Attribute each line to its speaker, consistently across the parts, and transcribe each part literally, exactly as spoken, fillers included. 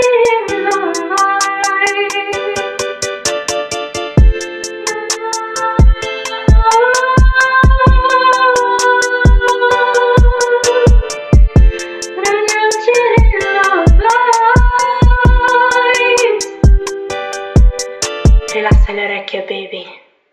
Speaker 1: Rilassa le orecchie, baby.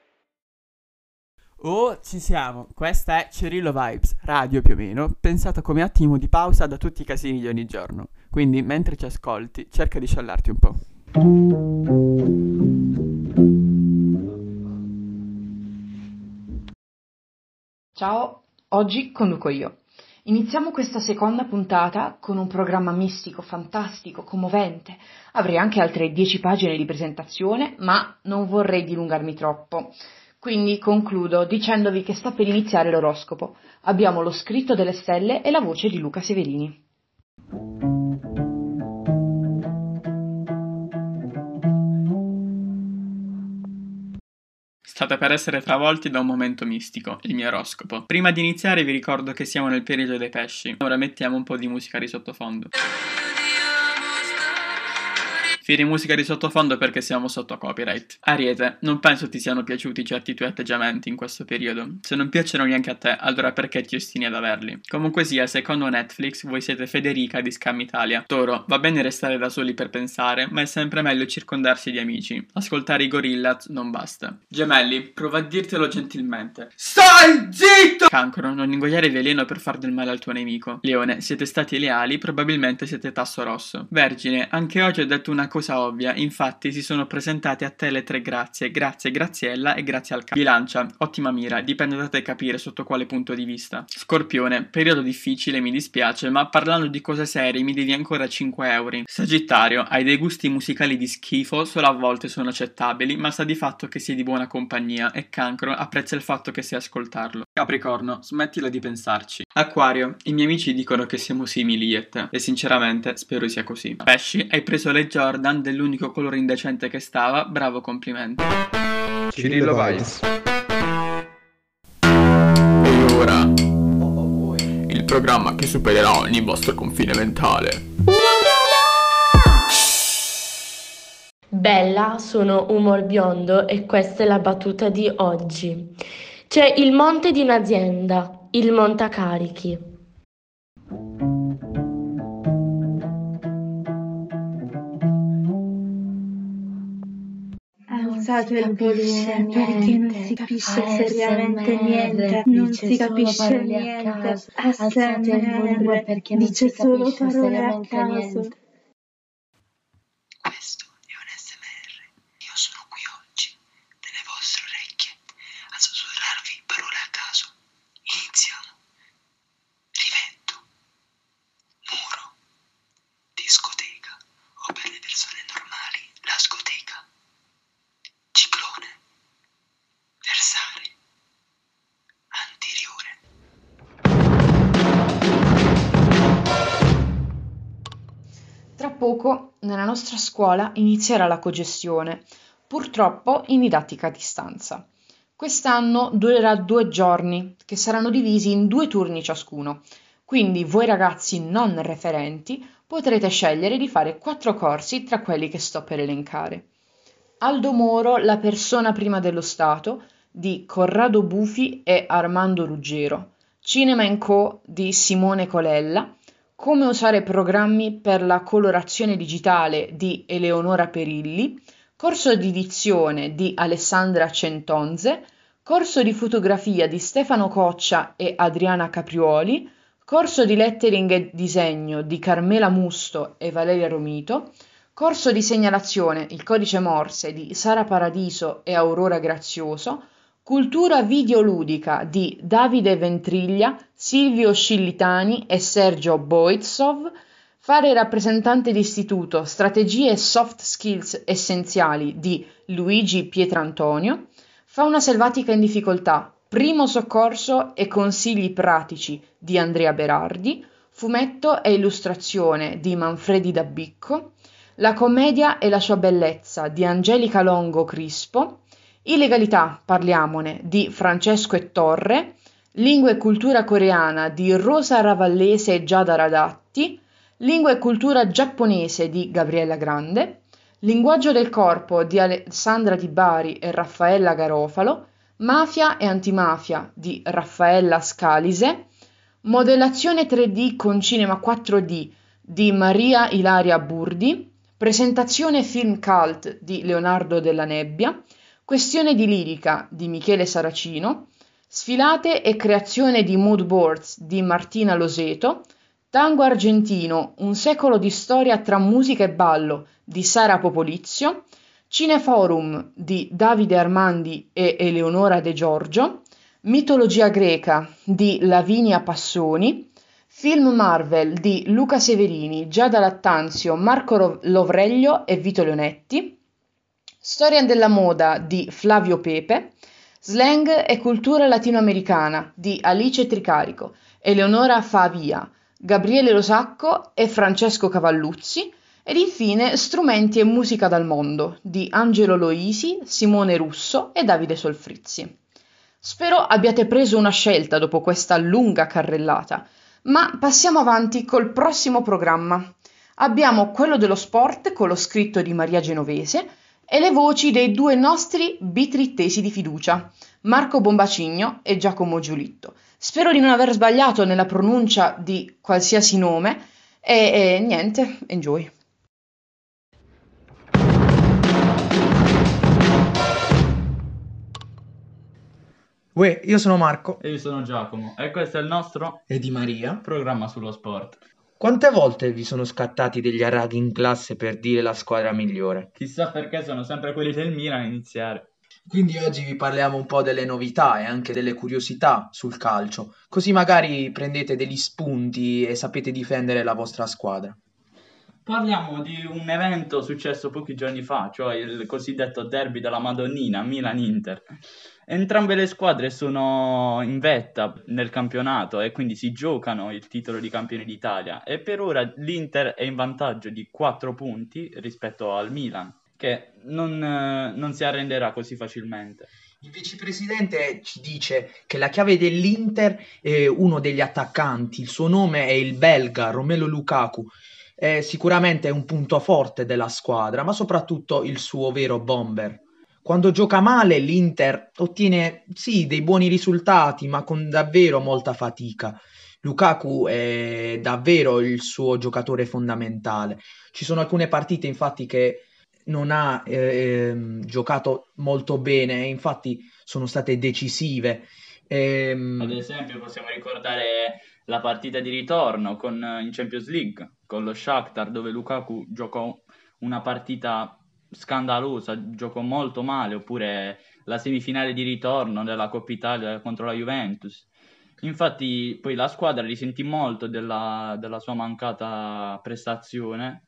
Speaker 2: Oh, ci siamo. Questa è Cirillo Vibes, radio più o meno, pensata come attimo di pausa da tutti i casini di ogni giorno. Quindi, mentre ci ascolti, cerca di sciallarti un po'.
Speaker 3: Ciao, oggi conduco io. Iniziamo questa seconda puntata con un programma mistico, fantastico, commovente. Avrei anche altre dieci pagine di presentazione, ma non vorrei dilungarmi troppo. Quindi concludo dicendovi che sta per iniziare l'oroscopo. Abbiamo lo scritto delle stelle e la voce di Luca Severini.
Speaker 4: State per essere travolti da un momento mistico, il mio oroscopo. Prima di iniziare vi ricordo che siamo nel periodo dei pesci. Ora mettiamo un po' di musica di sottofondo. Fini musica di sottofondo perché siamo sotto copyright. Ariete, non penso ti siano piaciuti certi tuoi atteggiamenti in questo periodo. Se non piacciono neanche a te, allora perché ti ostini ad averli? Comunque sia, secondo Netflix, voi siete Federica di Scam Italia. Toro, va bene restare da soli per pensare, ma è sempre meglio circondarsi di amici. Ascoltare i Gorillaz non basta. Gemelli, prova a dirtelo gentilmente. Stai zitto! Cancro, non ingoiare veleno per far del male al tuo nemico. Leone, siete stati leali, probabilmente siete tasso rosso. Vergine, anche oggi ho detto una cosa ovvia, infatti si sono presentate a te le tre grazie, grazie Graziella e grazie al capo. Bilancia, ottima mira, dipende da te capire sotto quale punto di vista. Scorpione, periodo difficile, mi dispiace, ma parlando di cose serie mi devi ancora cinque euro. Sagittario, hai dei gusti musicali di schifo, solo a volte sono accettabili, ma sta di fatto che sei di buona compagnia e Cancro apprezza il fatto che sai ascoltarlo. Capricorno, smettila di pensarci. Acquario, i miei amici dicono che siamo simili io e te, e sinceramente spero sia così. Pesci, hai preso le Jordan dell'unico colore indecente che stava, bravo, complimenti.
Speaker 5: Cirillo Vibes.
Speaker 4: E ora il programma che supererà ogni vostro confine mentale.
Speaker 6: Bella, sono umor biondo e questa è la battuta di oggi. C'è il monte di un'azienda, il montacarichi.
Speaker 1: Alzate il volume perché non si capisce seriamente niente, non si capisce niente.
Speaker 7: Alzate il volume perché non
Speaker 1: dice
Speaker 7: si
Speaker 1: solo
Speaker 7: capisce
Speaker 1: parole a
Speaker 7: seriamente
Speaker 1: caso.
Speaker 7: niente.
Speaker 8: Questo è un S M R. Io sono qui oggi, nelle vostre orecchie, a sussurrarvi parole a caso. Iniziamo. Livetto, muro, discoteca, o per le persone normali, la scoteca. Ciclone, versare, anteriore.
Speaker 3: Tra poco nella nostra scuola inizierà la cogestione, purtroppo in didattica a distanza. Quest'anno durerà due giorni, che saranno divisi in due turni ciascuno, quindi voi ragazzi non referenti potrete scegliere di fare quattro corsi tra quelli che sto per elencare. Aldo Moro, la persona prima dello Stato, di Corrado Bufi e Armando Ruggero, Cinema and Co di Simone Colella, Come usare programmi per la colorazione digitale di Eleonora Perilli, corso di dizione di Alessandra Centonze, corso di fotografia di Stefano Coccia e Adriana Caprioli, corso di lettering e disegno di Carmela Musto e Valeria Romito, corso di segnalazione Il codice Morse di Sara Paradiso e Aurora Grazioso, cultura videoludica di Davide Ventriglia, Silvio Scillitani e Sergio Boitsov, fare rappresentante d'istituto strategie e soft skills essenziali di Luigi Pietrantonio, fauna selvatica in difficoltà, primo soccorso e consigli pratici di Andrea Berardi, fumetto e illustrazione di Manfredi Dabicco, La commedia e la sua bellezza di Angelica Longo Crispo, Illegalità, parliamone, di Francesco e Torre, Lingua e cultura coreana di Rosa Ravallese e Giada Radatti, Lingua e cultura giapponese di Gabriella Grande, Linguaggio del corpo di Alessandra Di Bari e Raffaella Garofalo, Mafia e antimafia di Raffaella Scalise, Modellazione tre D con cinema quattro D di Maria Ilaria Burdi, Presentazione film cult di Leonardo Della Nebbia, Questione di lirica di Michele Saracino, Sfilate e creazione di mood boards di Martina Loseto, Tango argentino, un secolo di storia tra musica e ballo di Sara Popolizio, Cineforum di Davide Armandi e Eleonora De Giorgio, Mitologia greca di Lavinia Passoni, Film Marvel di Luca Severini, Giada Lattanzio, Marco Lovreglio e Vito Leonetti, Storia della moda di Flavio Pepe, Slang e cultura latinoamericana di Alice Tricarico, Eleonora Favia, Gabriele Losacco e Francesco Cavalluzzi, ed infine Strumenti e musica dal mondo di Angelo Loisi, Simone Russo e Davide Solfrizzi. Spero abbiate preso una scelta dopo questa lunga carrellata, ma passiamo avanti col prossimo programma. Abbiamo quello dello sport con lo scritto di Maria Genovese e le voci dei due nostri bitrittesi di fiducia, Marco Bombacigno e Giacomo Giulitto. Spero di non aver sbagliato nella pronuncia di qualsiasi nome e, e niente, enjoy.
Speaker 9: Uè, io sono Marco.
Speaker 10: E io sono Giacomo e questo è il nostro
Speaker 9: E di Maria.
Speaker 10: programma sullo sport.
Speaker 9: Quante volte vi sono scattati degli araghi in classe per dire la squadra migliore?
Speaker 10: Chissà perché sono sempre quelli del Milan a iniziare.
Speaker 9: Quindi oggi vi parliamo un po' delle novità e anche delle curiosità sul calcio, così magari prendete degli spunti e sapete difendere la vostra squadra.
Speaker 10: Parliamo di un evento successo pochi giorni fa, cioè il cosiddetto derby della Madonnina, Milan-Inter. Entrambe le squadre sono in vetta nel campionato e quindi si giocano il titolo di campione d'Italia e per ora l'Inter è in vantaggio di quattro punti rispetto al Milan, che non, eh, non si arrenderà così facilmente.
Speaker 9: Il vicepresidente ci dice che la chiave dell'Inter è uno degli attaccanti, il suo nome è il belga Romelu Lukaku. È sicuramente un punto forte della squadra, ma soprattutto il suo vero bomber. Quando gioca male l'Inter ottiene sì dei buoni risultati, ma con davvero molta fatica. Lukaku è davvero il suo giocatore fondamentale. Ci sono alcune partite infatti che non ha eh, giocato molto bene, infatti sono state decisive. Ehm...
Speaker 10: Ad esempio possiamo ricordare la partita di ritorno con, in Champions League con lo Shakhtar, dove Lukaku giocò una partita scandalosa, giocò molto male, oppure la semifinale di ritorno della Coppa Italia contro la Juventus. Infatti poi la squadra risentì molto della, della sua mancata prestazione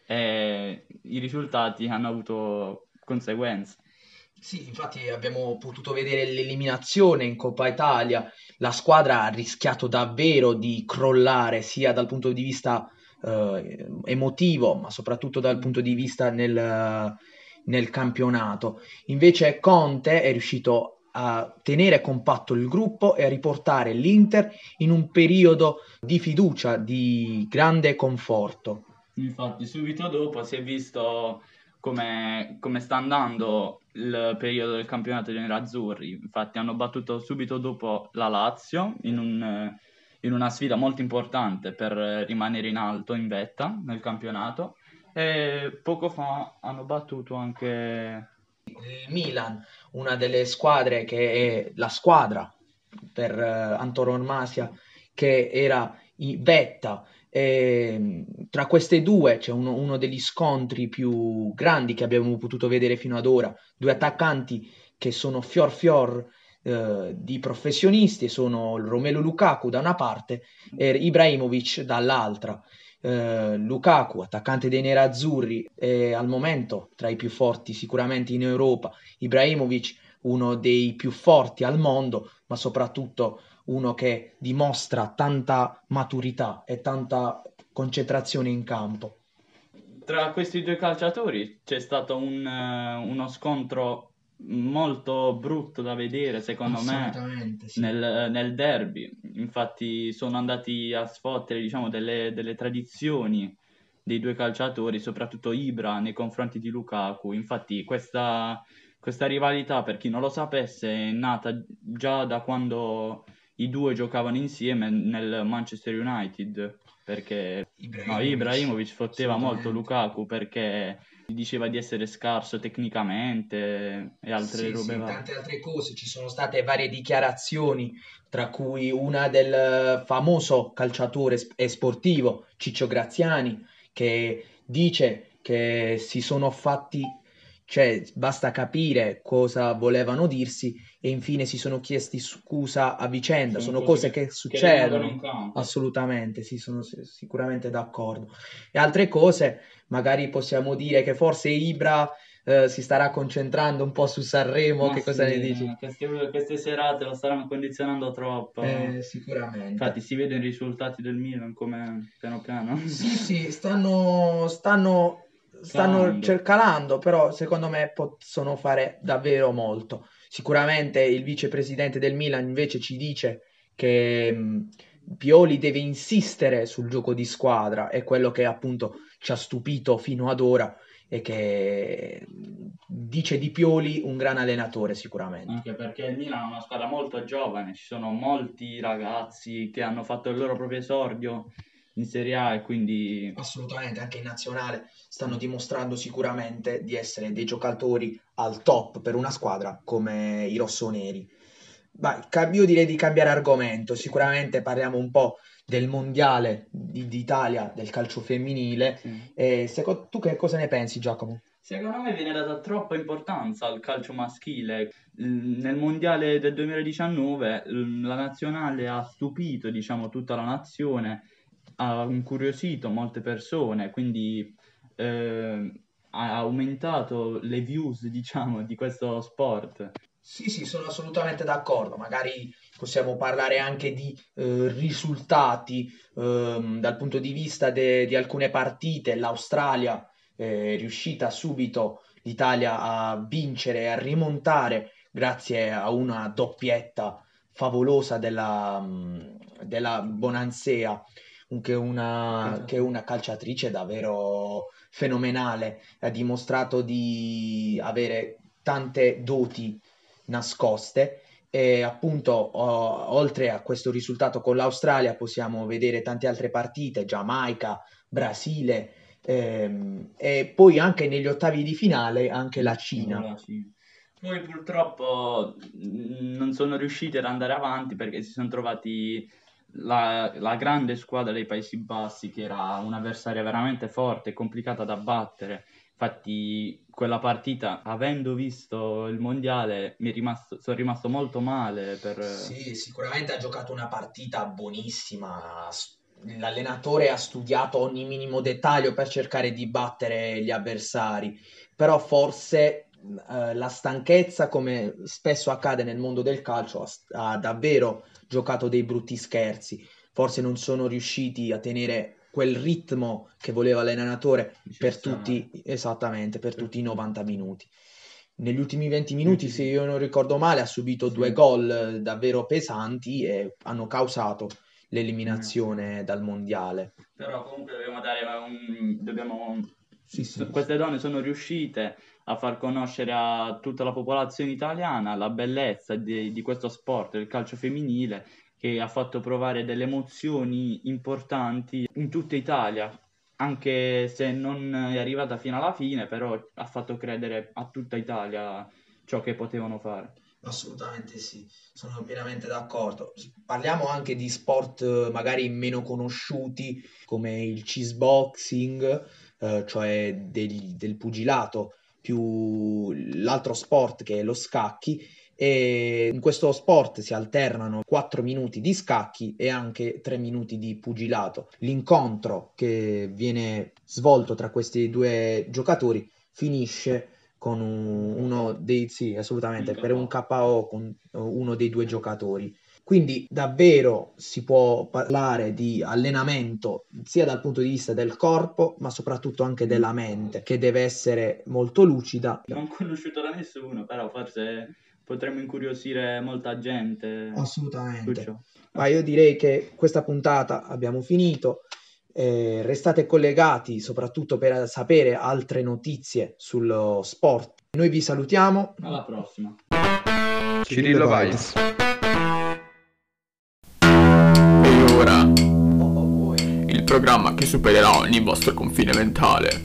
Speaker 10: e i risultati hanno avuto conseguenze.
Speaker 9: Sì, infatti abbiamo potuto vedere l'eliminazione in Coppa Italia, la squadra ha rischiato davvero di crollare sia dal punto di vista eh, emotivo, ma soprattutto dal punto di vista nel, nel campionato. Invece Conte è riuscito a tenere compatto il gruppo e a riportare l'Inter in un periodo di fiducia, di grande conforto.
Speaker 10: Infatti subito dopo si è visto come, come sta andando il periodo del campionato dei nerazzurri. Infatti hanno battuto subito dopo la Lazio in, un, in una sfida molto importante per rimanere in alto, in vetta nel campionato, e poco fa hanno battuto anche
Speaker 9: il Milan, una delle squadre che è la squadra per uh, antonomasia che era in vetta. E tra queste due c'è uno, uno degli scontri più grandi che abbiamo potuto vedere fino ad ora, due attaccanti che sono fior fior eh, di professionisti, sono Romelu Lukaku da una parte e Ibrahimovic dall'altra. eh, Lukaku, attaccante dei nerazzurri, è al momento tra i più forti sicuramente in Europa, Ibrahimovic uno dei più forti al mondo, ma soprattutto uno che dimostra tanta maturità e tanta concentrazione in campo.
Speaker 10: Tra questi due calciatori c'è stato un, uh, uno scontro molto brutto da vedere, secondo me,
Speaker 9: Assolutamente, sì.
Speaker 10: nel, nel derby. Infatti sono andati a sfottere, diciamo, delle, delle tradizioni dei due calciatori, soprattutto Ibra nei confronti di Lukaku. Infatti questa, questa rivalità, per chi non lo sapesse, è nata già da quando i due giocavano insieme nel Manchester United, perché no,
Speaker 9: Ibrahimovic,
Speaker 10: Ibrahimovic fotteva molto
Speaker 9: assolutamente.
Speaker 10: Lukaku perché gli diceva di essere scarso tecnicamente e altre
Speaker 9: Sì,
Speaker 10: robe
Speaker 9: sì,
Speaker 10: varie.
Speaker 9: tante altre cose. Ci sono state varie dichiarazioni, tra cui una del famoso calciatore sp- e sportivo Ciccio Graziani, che dice che si sono fatti, cioè basta capire cosa volevano dirsi e infine si sono chiesti scusa a vicenda.
Speaker 10: Sono
Speaker 9: Sono
Speaker 10: cose
Speaker 9: cose che
Speaker 10: che, che rimangono in
Speaker 9: succedono.
Speaker 10: campo.
Speaker 9: Assolutamente, sì, sono si- sicuramente d'accordo. E altre cose, magari possiamo dire che forse Ibra eh, si starà concentrando un po' su Sanremo,
Speaker 10: Ma
Speaker 9: che cosa ne
Speaker 10: sì,
Speaker 9: dici?
Speaker 10: eh, queste, queste serate lo staranno condizionando troppo.
Speaker 9: Eh,
Speaker 10: Infatti
Speaker 9: sicuramente.
Speaker 10: si vedono i risultati del Milan come piano piano
Speaker 9: Sì, sì, stanno, stanno, stanno
Speaker 10: calando.
Speaker 9: cercando, però secondo me possono fare davvero molto. Sicuramente il vicepresidente del Milan invece ci dice che mh, Pioli deve insistere sul gioco di squadra, è quello che appunto ci ha stupito fino ad ora e che mh, dice di Pioli un gran allenatore sicuramente.
Speaker 10: Anche perché il Milan è una squadra molto giovane, ci sono molti ragazzi che hanno fatto il loro proprio esordio in Serie A e quindi
Speaker 9: Assolutamente, anche in nazionale stanno dimostrando sicuramente di essere dei giocatori al top per una squadra come i rossoneri. Ma ca- io direi di cambiare argomento. Sicuramente parliamo un po' del mondiale di- d'Italia del calcio femminile.
Speaker 10: sì.
Speaker 9: E secondo tu che cosa ne pensi, Giacomo?
Speaker 10: Secondo me viene data troppa importanza al calcio maschile. Mm, Nel mondiale del duemiladiciannove mm, la nazionale ha stupito, diciamo, tutta la nazione, ha incuriosito molte persone, quindi eh, ha aumentato le views, diciamo, di questo sport.
Speaker 9: Sì, sì, sono assolutamente d'accordo. Magari possiamo parlare anche di eh, risultati ehm, dal punto di vista de- di alcune partite. L'Australia è riuscita subito l'Italia a vincere e a rimontare grazie a una doppietta favolosa della, mm, della Bonansea, un- che è una, che è una calciatrice davvero fenomenale. Ha dimostrato di avere tante doti nascoste e appunto o- oltre a questo risultato con l'Australia possiamo vedere tante altre partite, Giamaica, Brasile ehm, e poi anche negli ottavi di finale anche la Cina.
Speaker 10: Ora sì. Poi purtroppo mm, non sono riusciti ad andare avanti perché si sono trovati la, la grande squadra dei Paesi Bassi, che era un'avversaria veramente forte e complicata da battere. Infatti, quella partita, avendo visto il mondiale, mi è rimasto, sono rimasto molto male per...
Speaker 9: Sì, sicuramente ha giocato una partita buonissima. S- L'allenatore ha studiato ogni minimo dettaglio per cercare di battere gli avversari, però forse eh, la stanchezza, come spesso accade nel mondo del calcio, ha, ha davvero giocato dei brutti scherzi. Forse non sono riusciti a tenere quel ritmo che voleva l'allenatore per
Speaker 10: necessario.
Speaker 9: tutti, esattamente, per
Speaker 10: Per
Speaker 9: tutti i
Speaker 10: tutti.
Speaker 9: novanta minuti. Negli ultimi venti
Speaker 10: Gli
Speaker 9: minuti, se
Speaker 10: ultimi-
Speaker 9: io non ricordo male, ha subito due
Speaker 10: Sì.
Speaker 9: gol eh, davvero pesanti e hanno causato
Speaker 10: Eliminazione.
Speaker 9: l'eliminazione dal mondiale.
Speaker 10: Però comunque dobbiamo dare un... dobbiamo...
Speaker 9: Sì,
Speaker 10: s-
Speaker 9: sì.
Speaker 10: Queste donne sono riuscite a far conoscere a tutta la popolazione italiana la bellezza di, di questo sport, del calcio femminile, che ha fatto provare delle emozioni importanti in tutta Italia, anche se non è arrivata fino alla fine, però ha fatto credere a tutta Italia ciò che potevano fare.
Speaker 9: Assolutamente sì, sono pienamente d'accordo. Parliamo anche di sport eh, magari meno conosciuti come il cheeseboxing, eh, cioè del, del pugilato, più l'altro sport che è lo scacchi. E in questo sport si alternano quattro minuti di scacchi e anche tre minuti di pugilato. L'incontro che viene svolto tra questi due giocatori finisce con un- uno dei sì, assolutamente,
Speaker 10: Un
Speaker 9: per un
Speaker 10: K O.
Speaker 9: K O con uno dei due giocatori. Quindi davvero si può parlare di allenamento sia dal punto di vista del corpo, ma soprattutto anche della mente, che deve essere molto lucida.
Speaker 10: Non conosciuto da nessuno, però forse potremmo incuriosire molta gente su
Speaker 9: Assolutamente.
Speaker 10: ciò.
Speaker 9: Ma io direi che questa puntata abbiamo finito. Eh, restate collegati soprattutto per sapere altre notizie sullo sport. Noi vi salutiamo.
Speaker 10: Alla prossima.
Speaker 5: Cirillo Vibes.
Speaker 2: E ora il programma che supererà ogni vostro confine mentale.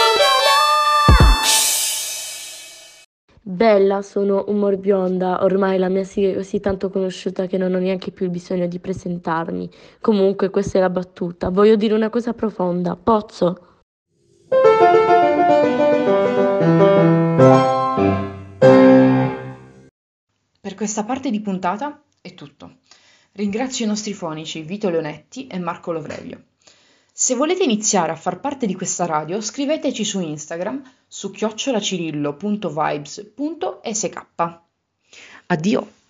Speaker 6: Bella, sono Umor Bionda, ormai la mia sigla è così tanto conosciuta che non ho neanche più il bisogno di presentarmi. Comunque, questa è la battuta. Voglio dire una cosa profonda. Pozzo?
Speaker 3: Per questa parte di puntata è tutto. Ringrazio i nostri fonici Vito Leonetti e Marco Lovrevio. Se volete iniziare a far parte di questa radio, scriveteci su Instagram su chiocciolacirillo punto vibes punto sk. Addio!